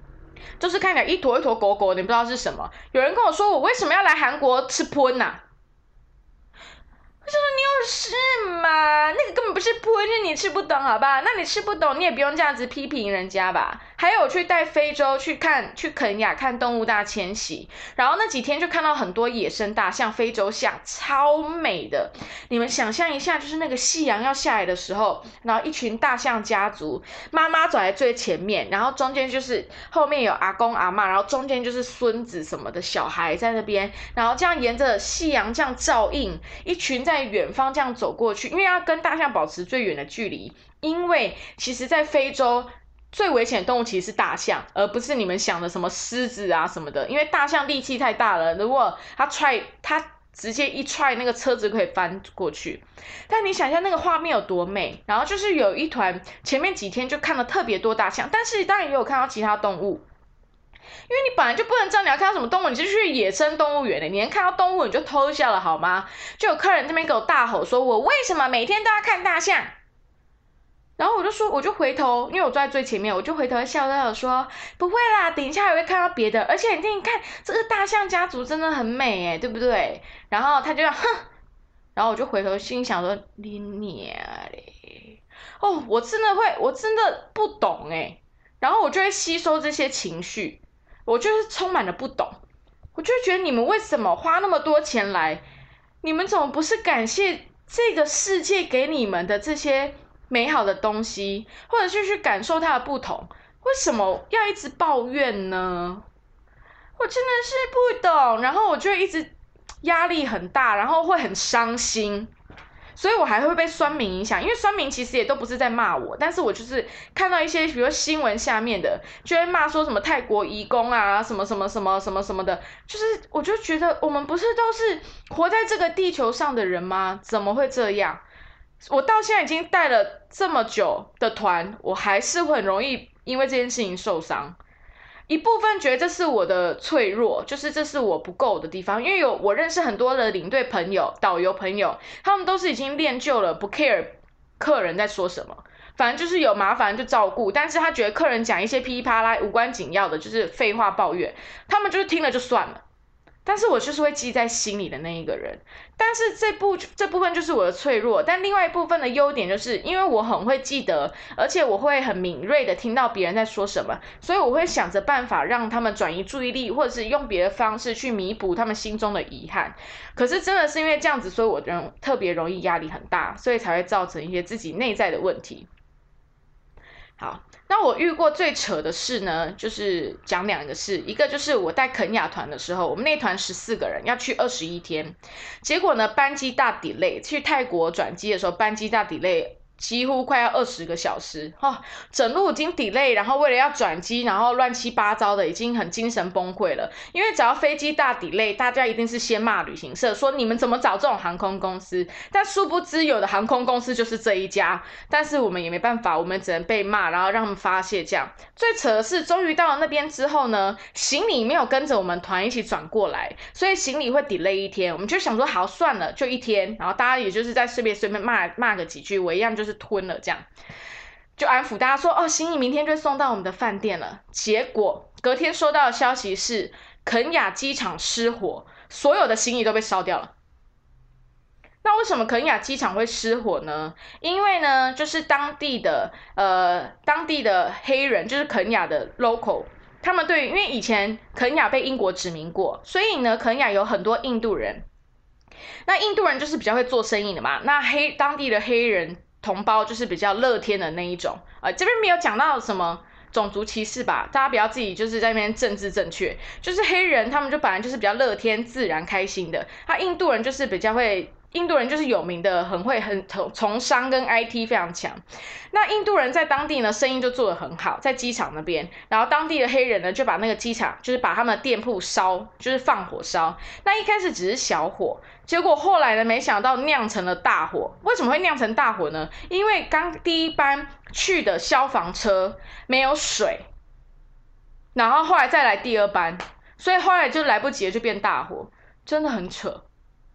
就是看起来一坨一坨狗狗，你不知道是什么。有人跟我说，我为什么要来韩国吃喷啊？我说你有事吗？那个根本不是喷，是你吃不懂，好吧？那你吃不懂，你也不用这样子批评人家吧。还有去带非洲去肯亚看动物大迁徙，然后那几天就看到很多野生大象，非洲象，超美的。你们想象一下，就是那个夕阳要下来的时候，然后一群大象家族，妈妈走在最前面，然后中间就是后面有阿公阿嬷，然后中间就是孙子什么的小孩在那边，然后这样沿着夕阳这样照映，一群在远方这样走过去，因为要跟大象保持最远的距离，因为其实在非洲最危险的动物其实是大象，而不是你们想的什么狮子啊什么的，因为大象力气太大了，如果它直接一踹，那个车子可以翻过去。但你想一下那个画面有多美，然后就是有一团，前面几天就看了特别多大象，但是当然也有看到其他动物。因为你本来就不能知道你要看到什么动物，你就去野生动物园的，你能看到动物你就偷笑了好吗？就有客人这边给我大吼说，我为什么每天都要看大象？然后我就回头，因为我坐在最前面，我就回头笑笑说，不会啦，等一下还会看到别的，而且你看这个大象家族真的很美耶，对不对？然后他就哼，然后我就回头心想说，你娘嘞！哦，我真的不懂哎，然后我就会吸收这些情绪，我就是充满了不懂，我就会觉得你们为什么花那么多钱来，你们怎么不是感谢这个世界给你们的这些美好的东西，或者是去感受它的不同，为什么要一直抱怨呢？我真的是不懂，然后我就一直压力很大，然后会很伤心，所以我还会被酸民影响，因为酸民其实也都不是在骂我，但是我就是看到一些比如新闻下面的就会骂说什么泰国移工啊，什么什么什么什么什么的，就是我就觉得我们不是都是活在这个地球上的人吗？怎么会这样？我到现在已经带了这么久的团，我还是会很容易因为这件事情受伤。一部分觉得这是我的脆弱，就是这是我不够的地方，因为我认识很多的领队朋友、导游朋友，他们都是已经练就了不 care 客人在说什么，反正就是有麻烦就照顾，但是他觉得客人讲一些噼里啪啦无关紧要的，就是废话抱怨，他们就是听了就算了。但是我就是会记在心里的那一个人，但是这部分就是我的脆弱，但另外一部分的优点就是因为我很会记得，而且我会很敏锐的听到别人在说什么，所以我会想着办法让他们转移注意力，或者是用别的方式去弥补他们心中的遗憾。可是真的是因为这样子，所以我特别容易压力很大，所以才会造成一些自己内在的问题。好，那我遇过最扯的事呢，就是讲两个事，一个就是我带肯亚团的时候，我们那团14个人要去21天，结果呢班机大 delay， 去泰国转机的时候班机大 delay。几乎快要20个小时整路已经 delay， 然后为了要转机，然后乱七八糟的，已经很精神崩溃了。因为只要飞机大 delay， 大家一定是先骂旅行社，说你们怎么找这种航空公司？但殊不知有的航空公司就是这一家，但是我们也没办法，我们只能被骂，然后让他们发泄这样。最扯的是，终于到了那边之后呢，行李没有跟着我们团一起转过来，所以行李会 delay 一天。我们就想说，好算了，就一天，然后大家也就是在随便骂个几句，我一样就是吞了这样，就安抚大家说，行李明天就送到我们的饭店了。结果隔天收到的消息是，肯亚机场失火，所有的行李都被烧掉了。那为什么肯亚机场会失火呢？因为呢，就是当地的黑人，就是肯亚的 local， 他们因为以前肯亚被英国殖民过，所以呢，肯亚有很多印度人。那印度人就是比较会做生意的嘛，那当地的黑人同胞就是比较乐天的那一种，这边没有讲到什么种族歧视吧，大家不要自己就是在那边政治正确，就是黑人他们就本来就是比较乐天、自然、开心的，印度人就是比较会。印度人就是有名的很从商跟 IT 非常强，那印度人在当地呢生意就做得很好，在机场那边，然后当地的黑人呢就把那个机场就是把他们的店铺烧，就是放火烧。那一开始只是小火，结果后来呢没想到酿成了大火。为什么会酿成大火呢？因为第一班去的消防车没有水，然后后来再来第二班，所以后来就来不及了，就变大火，真的很扯。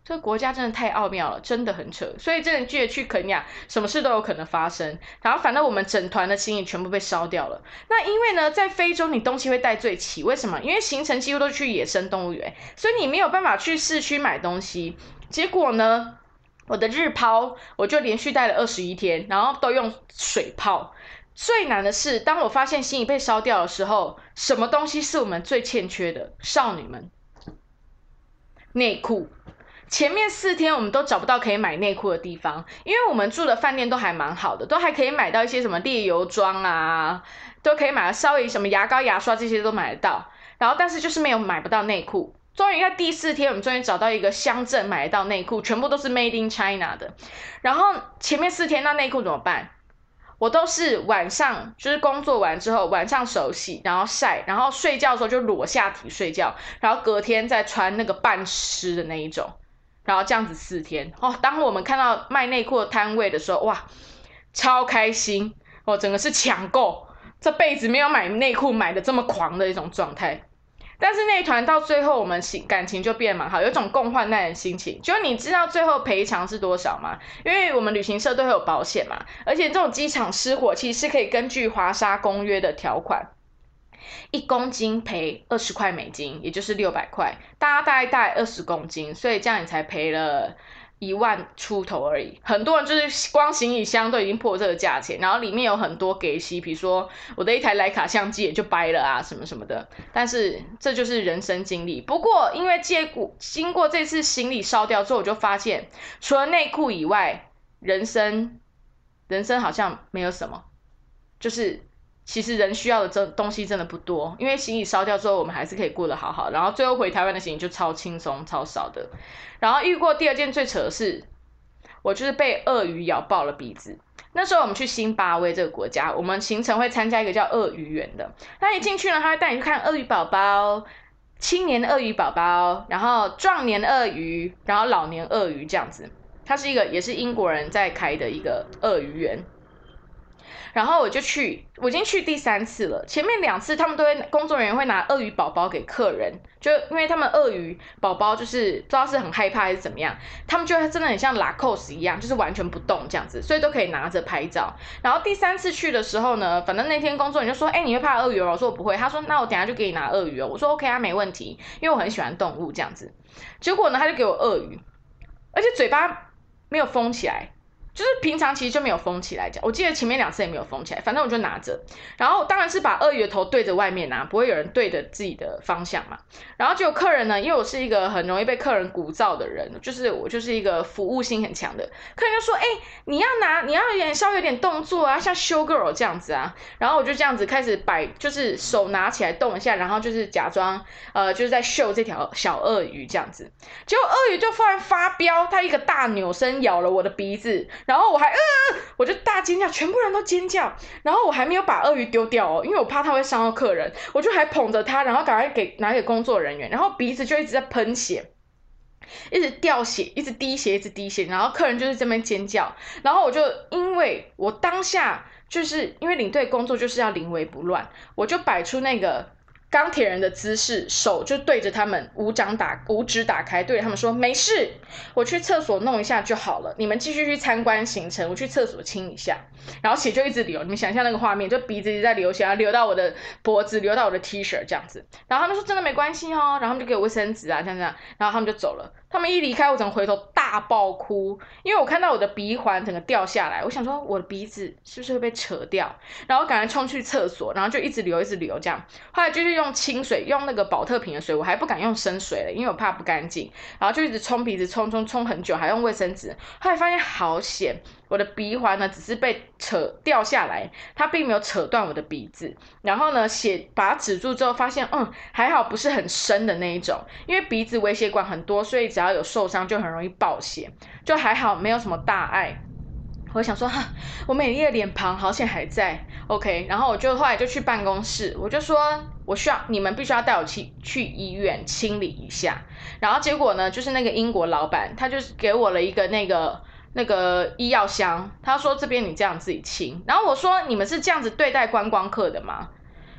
这个国家真的太奥妙了，真的很扯。所以真的记得去肯亚，什么事都有可能发生。然后反正我们整团的行李全部被烧掉了。那因为呢，在非洲你东西会带最齐，为什么？因为行程几乎都去野生动物园，所以你没有办法去市区买东西。结果呢，我的日抛我就连续带了21天，然后都用水泡。最难的是，当我发现行李被烧掉的时候，什么东西是我们最欠缺的？少女们，内裤。前面4天我们都找不到可以买内裤的地方，因为我们住的饭店都还蛮好的，都还可以买到一些什么猎油装啊，都可以买到稍微什么牙膏、牙刷这些都买得到。然后但是就是买不到内裤。终于在第4天，我们终于找到一个乡镇买得到内裤，全部都是 Made in China 的。然后前面4天那内裤怎么办？我都是晚上就是工作完之后晚上手洗，然后晒，然后睡觉的时候就裸下体睡觉，然后隔天再穿那个半湿的那一种。然后这样子4天哦，当我们看到卖内裤的摊位的时候，哇，超开心哦，整个是抢购，这辈子没有买内裤买的这么狂的一种状态。但是那一团到最后我们感情就变得蛮好，有一种共患难的心情。就你知道最后赔偿是多少吗？因为我们旅行社都会有保险嘛，而且这种机场失火其实是可以根据华沙公约的条款。1公斤赔20块美金，也就是600块，大概带20公斤，所以这样你才赔了1万出头而已。很多人就是光行李箱都已经破这个价钱，然后里面有很多给息，比如说我的一台徕卡相机也就掰了啊，什么什么的。但是这就是人生经历。不过因为经过这次行李烧掉之后，我就发现除了内裤以外，人生好像没有什么，就是其实人需要的东西真的不多，因为行李烧掉之后，我们还是可以过得好好。然后最后回台湾的行李就超轻松、超少的。然后遇过第2件最扯的是，我就是被鳄鱼咬爆了鼻子。那时候我们去辛巴威这个国家，我们行程会参加一个叫鳄鱼园的。那一进去呢，他会带你去看鳄鱼宝宝、青年鳄鱼宝宝，然后壮年鳄鱼，然后老年鳄鱼这样子。它是一个也是英国人在开的一个鳄鱼园。然后我已经去第3次了。前面2次他们工作人员会拿鳄鱼宝宝给客人，就因为他们鳄鱼宝宝就是不知道是很害怕还是怎么样，他们就真的很像拉 cos 一样，就是完全不动这样子，所以都可以拿着拍照。然后第3次去的时候呢，反正那天工作人员就说：“你会怕鳄鱼吗？”我说：“我不会。”他说：“那我等一下就给你拿鳄鱼哦。”我说 ：“OK 啊，没问题，因为我很喜欢动物这样子。”结果呢，他就给我鳄鱼，而且嘴巴没有封起来。就是平常其实就没有封起来，我记得前面2次也没有封起来，反正我就拿着，然后当然是把鳄鱼的头对着外面拿，不会有人对着自己的方向嘛。然后就有客人呢，因为我是一个很容易被客人鼓噪的人，我就是一个服务心很强的，客人就说：“你要稍微有点动作啊，像 show girl 这样子啊。”然后我就这样子开始就是手拿起来动一下，然后就是假装就是在 show 这条小鳄鱼这样子。结果鳄鱼就突然发飙，它一个大扭身咬了我的鼻子。然后我就大尖叫，全部人都尖叫。然后我还没有把鳄鱼丢掉哦，因为我怕它会伤到客人，我就还捧着它，然后赶快拿给工作人员，然后鼻子就一直在喷血，一直掉血，一直滴血，一直滴血。然后客人就是这边尖叫，然后因为我当下就是因为领队工作就是要临危不乱，我就摆出那个钢铁人的姿势，手就对着他们，五指打开，对着他们说：“没事，我去厕所弄一下就好了，你们继续去参观行程，我去厕所清一下。”然后血就一直流，你们想象那个画面，就鼻子一直在流血，流到我的脖子，流到我的 T 恤这样子。然后他们说：“真的没关系哦。”然后他们就给我卫生纸啊，这样，然后他们就走了。他们一离开，我整个回头大爆哭，因为我看到我的鼻环整个掉下来，我想说我的鼻子是不是会被扯掉，然后赶快冲去厕所，然后就一直流这样。后来就是用清水，用那个保特瓶的水，我还不敢用生水了，因为我怕不干净，然后就一直冲鼻子，冲很久，还用卫生纸。后来发现好险，我的鼻环呢只是被掉下来，它并没有扯断我的鼻子。然后呢，血把它止住之后，发现还好不是很深的那一种，因为鼻子微血管很多，所以只要有受伤就很容易爆血，就还好没有什么大碍。我想说我美丽的脸庞好险还在 OK， 然后我就后来就去办公室，我就说你们必须要带我去医院清理一下。然后结果呢，就是那个英国老板他就是给我了一个那个医药箱，他说这边你这样自己清。然后我说你们是这样子对待观光客的吗？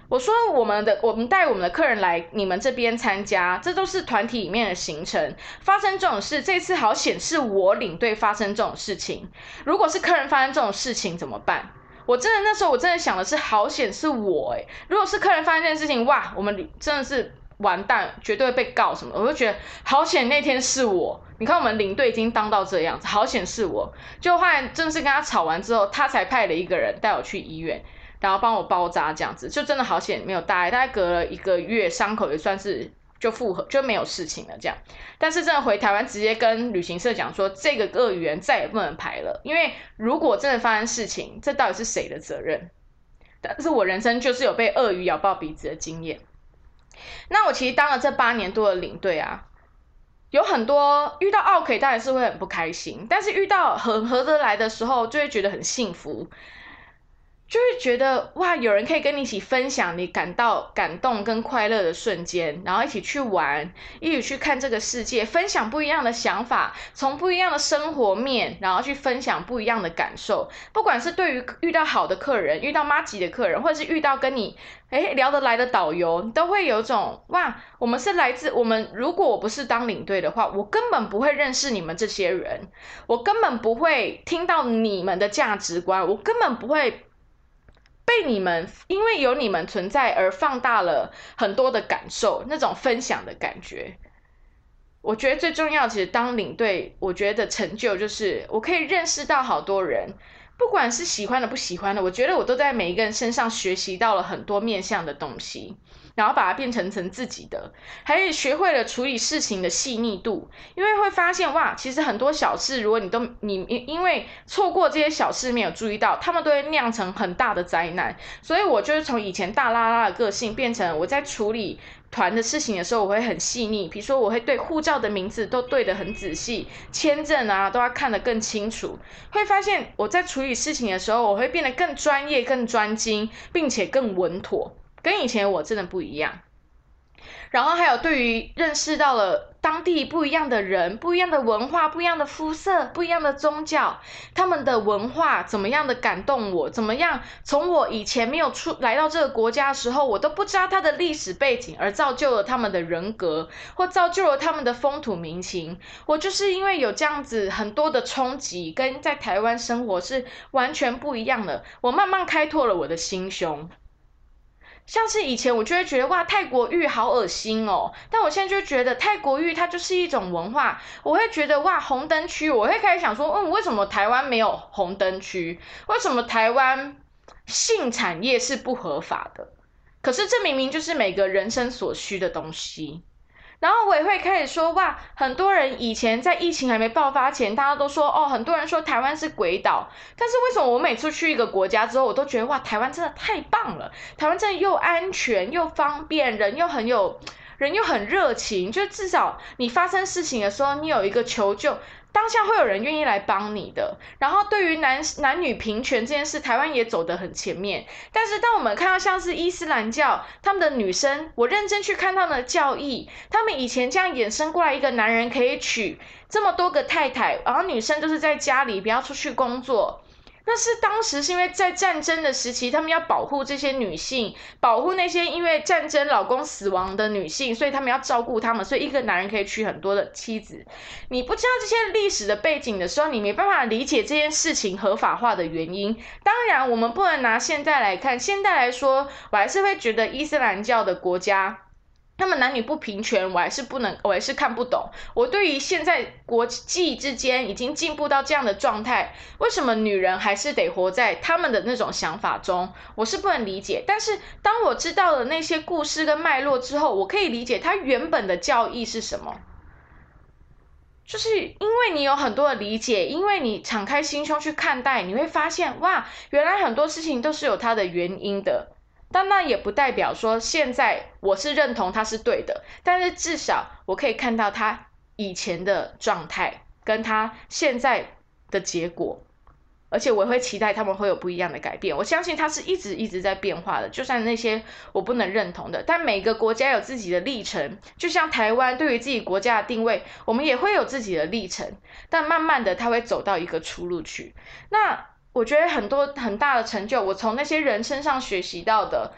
我说我们带我们的客人来你们这边参加，这都是团体里面的行程，发生这种事，这次好险是我领队发生这种事情，如果是客人发生这种事情怎么办？我真的那时候我真的想的是好险是我如果是客人发生这件事情，哇，我们真的是完蛋，绝对会被告什么的，我就觉得好险那天是我。你看我们领队已经当到这样子，好险是我。就后来正式跟他吵完之后，他才派了一个人带我去医院。然后帮我包扎这样子，就真的好险没有大碍，大概隔了1个月，伤口也算是就复合，就没有事情了这样。但是真的回台湾，直接跟旅行社讲说，这个鳄鱼园再也不能排了，因为如果真的发生事情，这到底是谁的责任？但是我人生就是有被鳄鱼咬爆鼻子的经验。那我其实当了这8年多的领队啊，有很多遇到OK当然是会很不开心，但是遇到很合得来的时候，就会觉得很幸福。就会觉得哇，有人可以跟你一起分享你感动跟快乐的瞬间，然后一起去玩，一起去看这个世界，分享不一样的想法，从不一样的生活面，然后去分享不一样的感受。不管是对于遇到好的客人，遇到麻吉的客人，或者是遇到跟你聊得来的导游，你都会有种哇，我们如果我不是当领队的话，我根本不会认识你们这些人，我根本不会听到你们的价值观，我根本不会被你们因为有你们存在而放大了很多的感受，那种分享的感觉。我觉得最重要，其实当领队，我觉得成就就是我可以认识到好多人，不管是喜欢的不喜欢的，我觉得我都在每一个人身上学习到了很多面向的东西，然后把它变成自己的，还学会了处理事情的细腻度。因为会发现哇，其实很多小事，如果你因为错过这些小事没有注意到，他们都会酿成很大的灾难。所以我就是从以前大拉拉的个性变成我在处理团的事情的时候，我会很细腻，比如说我会对护照的名字都对得很仔细，签证啊都要看得更清楚。会发现我在处理事情的时候，我会变得更专业、更专精，并且更稳妥，跟以前我真的不一样。然后还有对于认识到了当地不一样的人、不一样的文化、不一样的肤色、不一样的宗教，他们的文化怎么样的感动我，怎么样从我以前没有来到这个国家的时候，我都不知道他的历史背景，而造就了他们的人格，或造就了他们的风土民情。我就是因为有这样子很多的冲击，跟在台湾生活是完全不一样的，我慢慢开拓了我的心胸。像是以前我就会觉得哇，泰国浴好恶心哦，但我现在就觉得泰国浴它就是一种文化。我会觉得哇，红灯区，我会开始想说，为什么台湾没有红灯区？为什么台湾性产业是不合法的？可是这明明就是每个人生所需的东西。然后我也会开始说哇，很多人以前在疫情还没爆发前，大家都说很多人说台湾是鬼岛，但是为什么我每次去一个国家之后，我都觉得哇，台湾真的太棒了，台湾真的又安全又方便，人又很热情，就至少你发生事情的时候，你有一个求救，当下会有人愿意来帮你的。然后对于男女平权这件事，台湾也走得很前面。但是当我们看到像是伊斯兰教，他们的女生，我认真去看他们的教义，他们以前这样衍生过来一个男人可以娶这么多个太太，然后女生都是在家里不要出去工作。那是当时是因为在战争的时期，他们要保护这些女性，保护那些因为战争老公死亡的女性，所以他们要照顾他们，所以一个男人可以娶很多的妻子。你不知道这些历史的背景的时候，你没办法理解这件事情合法化的原因。当然我们不能拿现在来看，现在来说我还是会觉得伊斯兰教的国家他们男女不平权，我还是看不懂。我对于现在国际之间已经进步到这样的状态，为什么女人还是得活在他们的那种想法中，我是不能理解。但是当我知道了那些故事跟脉络之后，我可以理解它原本的教义是什么。就是因为你有很多的理解，因为你敞开心胸去看待，你会发现哇，原来很多事情都是有它的原因的。但那也不代表说现在我是认同他是对的，但是至少我可以看到他以前的状态跟他现在的结果，而且我会期待他们会有不一样的改变。我相信他是一直在变化的，就算那些我不能认同的，但每个国家有自己的历程，就像台湾对于自己国家的定位，我们也会有自己的历程，但慢慢的他会走到一个出路去。那我觉得很大的成就，我从那些人身上学习到的，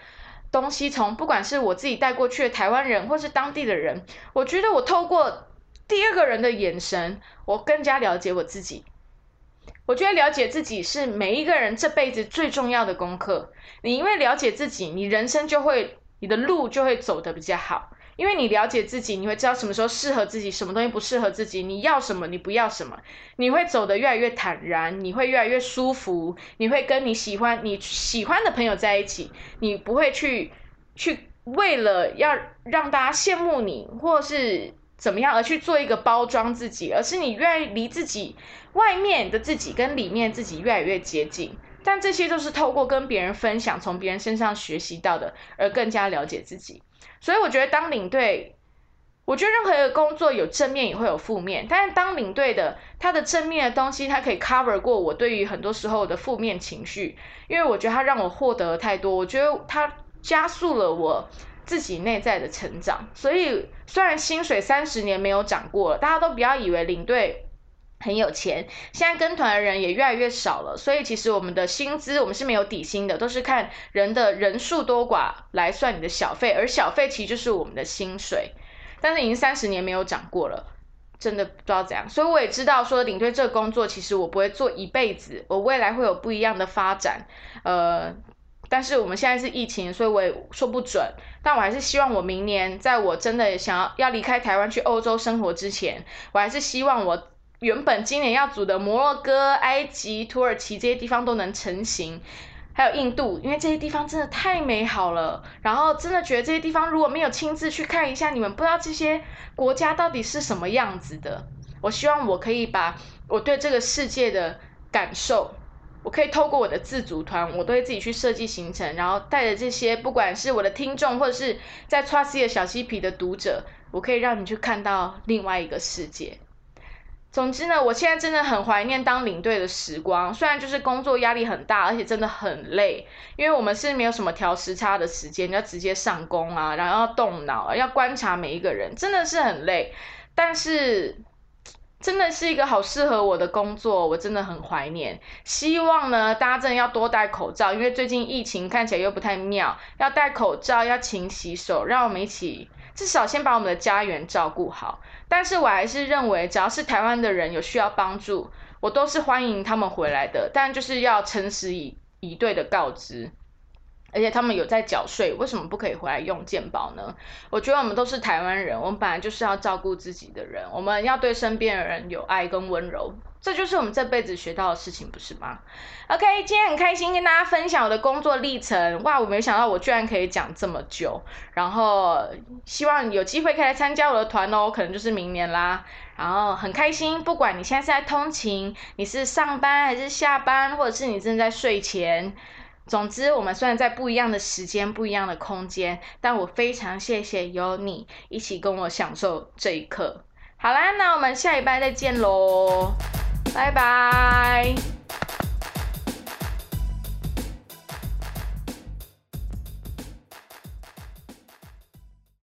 东西从不管是我自己带过去的台湾人，或是当地的人，我觉得我透过第二个人的眼神，我更加了解我自己。我觉得了解自己是每一个人这辈子最重要的功课。你因为了解自己，你人生你的路就会走得比较好。因为你了解自己，你会知道什么时候适合自己，什么东西不适合自己，你要什么，你不要什么，你会走得越来越坦然，你会越来越舒服，你会跟你喜欢的朋友在一起，你不会去为了要让大家羡慕你，或是怎么样而去做一个包装自己，而是你越来越离自己外面的自己跟里面自己越来越接近。但这些都是透过跟别人分享，从别人身上学习到的，而更加了解自己。所以我觉得当领队，我觉得任何一个工作有正面也会有负面，但是当领队的，他的正面的东西，他可以 cover 过我对于很多时候的负面情绪，因为我觉得他让我获得太多，我觉得他加速了我自己内在的成长。所以虽然薪水30年没有涨过了，大家都不要以为领队很有钱，现在跟团的人也越来越少了，所以其实我们的薪资我们是没有底薪的，都是看人的人数多寡来算你的小费，而小费其实就是我们的薪水，但是已经30年没有涨过了，真的不知道怎样。所以我也知道说领队这个工作其实我不会做一辈子，我未来会有不一样的发展，但是我们现在是疫情，所以我也说不准。但我还是希望我明年在我真的想要离开台湾去欧洲生活之前，我还是希望我原本今年要组的摩洛哥、埃及、土耳其这些地方都能成型，还有印度，因为这些地方真的太美好了。然后真的觉得这些地方如果没有亲自去看一下，你们不知道这些国家到底是什么样子的。我希望我可以把我对这个世界的感受，我可以透过我的自组团，我都会自己去设计行程，然后带着这些不管是我的听众或者是在 Trusty 的小嬉皮的读者，我可以让你去看到另外一个世界。总之呢，我现在真的很怀念当领队的时光，虽然就是工作压力很大，而且真的很累，因为我们是没有什么调时差的时间，要直接上工啊，然后要动脑，要观察每一个人，真的是很累。但是真的是一个好适合我的工作，我真的很怀念。希望呢，大家真的要多戴口罩，因为最近疫情看起来又不太妙，要戴口罩，要勤洗手，让我们一起至少先把我们的家园照顾好。但是我还是认为，只要是台湾的人有需要帮助，我都是欢迎他们回来的，但就是要诚实以对的告知。而且他们有在缴税，为什么不可以回来用健保呢？我觉得我们都是台湾人，我们本来就是要照顾自己的人，我们要对身边的人有爱跟温柔，这就是我们这辈子学到的事情，不是吗 ？OK， 今天很开心跟大家分享我的工作历程，哇，我没想到我居然可以讲这么久，然后希望有机会可以来参加我的团哦，可能就是明年啦。然后很开心，不管你现在是在通勤，你是上班还是下班，或者是你正在睡前。总之，我们虽然在不一样的时间、不一样的空间，但我非常谢谢有你一起跟我享受这一刻。好啦，那我们下礼拜再见咯，拜拜。